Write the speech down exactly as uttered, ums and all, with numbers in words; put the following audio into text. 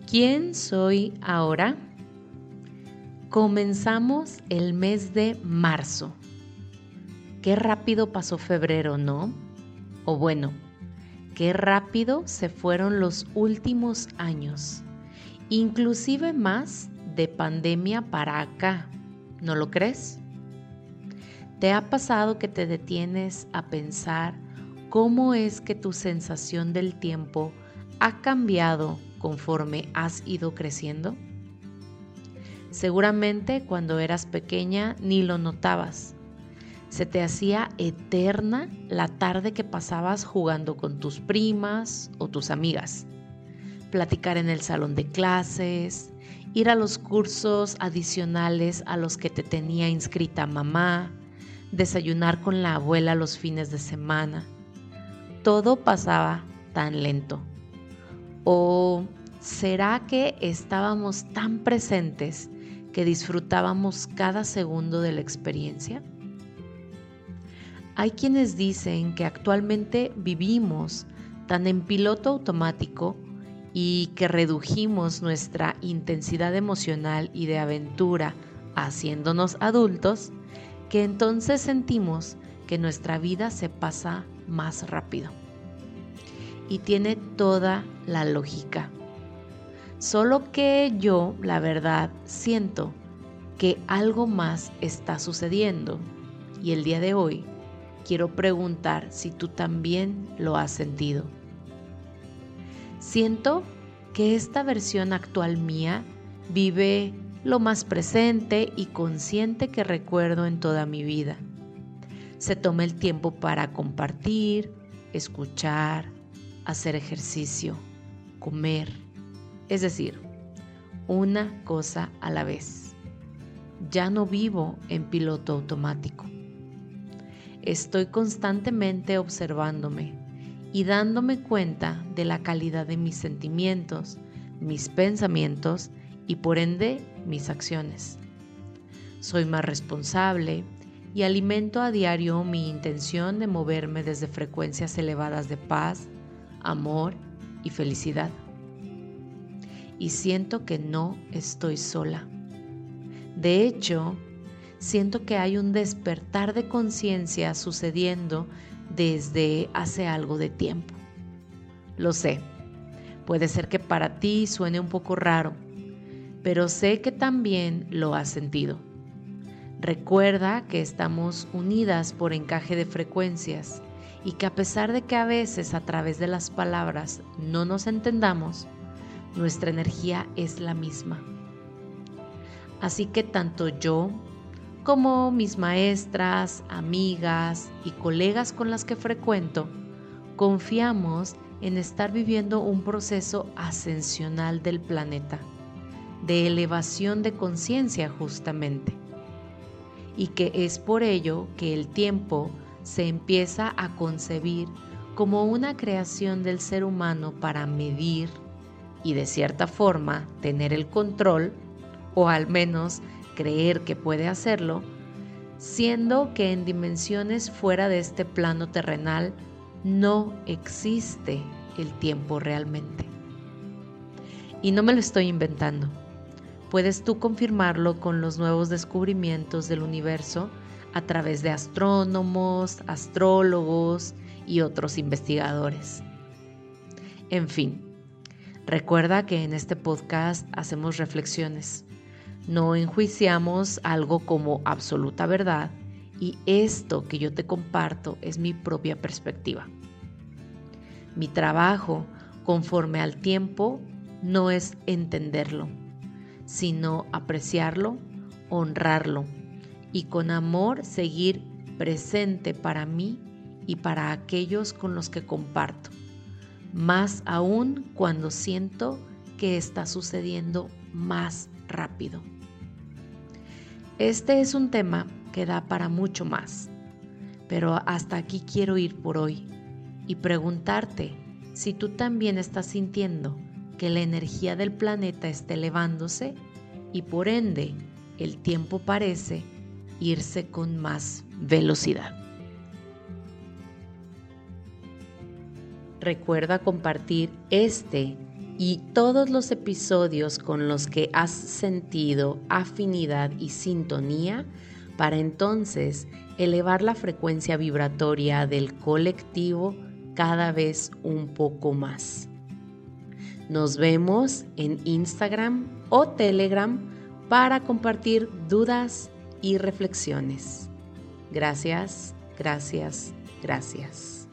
¿Quién soy ahora? Comenzamos el mes de marzo. Qué rápido pasó febrero, ¿no? O bueno, qué rápido se fueron los últimos años, inclusive más de pandemia para acá, ¿no lo crees? ¿Te ha pasado que te detienes a pensar cómo es que tu sensación del tiempo ha cambiado conforme has ido creciendo? Seguramente cuando eras pequeña ni lo notabas. Se te hacía eterna la tarde que pasabas jugando con tus primas o tus amigas, platicar en el salón de clases, ir a los cursos adicionales a los que te tenía inscrita mamá, desayunar con la abuela los fines de semana. Todo pasaba tan lento. ¿O será que estábamos tan presentes que disfrutábamos cada segundo de la experiencia? Hay quienes dicen que actualmente vivimos tan en piloto automático y que redujimos nuestra intensidad emocional y de aventura haciéndonos adultos, que entonces sentimos que nuestra vida se pasa más rápido. Y tiene toda la lógica. Solo que yo, la verdad, siento que algo más está sucediendo. Y el día de hoy quiero preguntar si tú también lo has sentido. Siento que esta versión actual mía vive lo más presente y consciente que recuerdo en toda mi vida. Se toma el tiempo para compartir, escuchar, hacer ejercicio, comer, es decir, una cosa a la vez. Ya no vivo en piloto automático. Estoy constantemente observándome y dándome cuenta de la calidad de mis sentimientos, mis pensamientos y por ende mis acciones. Soy más responsable y alimento a diario mi intención de moverme desde frecuencias elevadas de paz, amor y felicidad. Y siento que no estoy sola. De hecho, siento que hay un despertar de conciencia sucediendo desde hace algo de tiempo. Lo sé, puede ser que para ti suene un poco raro, pero sé que también lo has sentido. Recuerda que estamos unidas por encaje de frecuencias y que a pesar de que a veces a través de las palabras no nos entendamos, nuestra energía es la misma. Así que tanto yo como mis maestras, amigas y colegas con las que frecuento, confiamos en estar viviendo un proceso ascensional del planeta, de elevación de conciencia justamente, y que es por ello que el tiempo se empieza a concebir como una creación del ser humano para medir y de cierta forma tener el control, o al menos creer que puede hacerlo, siendo que en dimensiones fuera de este plano terrenal no existe el tiempo realmente. Y no me lo estoy inventando. Puedes tú confirmarlo con los nuevos descubrimientos del universo a través de astrónomos, astrólogos y otros investigadores. En fin, recuerda que en este podcast hacemos reflexiones. No enjuiciamos algo como absoluta verdad y esto que yo te comparto es mi propia perspectiva. Mi trabajo, conforme al tiempo, no es entenderlo, sino apreciarlo, honrarlo y con amor seguir presente para mí y para aquellos con los que comparto, más aún cuando siento que está sucediendo más rápido. Este es un tema que da para mucho más, pero hasta aquí quiero ir por hoy y preguntarte si tú también estás sintiendo que la energía del planeta está elevándose y por ende el tiempo parece irse con más velocidad. Recuerda compartir este y todos los episodios con los que has sentido afinidad y sintonía para entonces elevar la frecuencia vibratoria del colectivo cada vez un poco más. Nos vemos en Instagram o Telegram para compartir dudas y reflexiones. Gracias, gracias, gracias.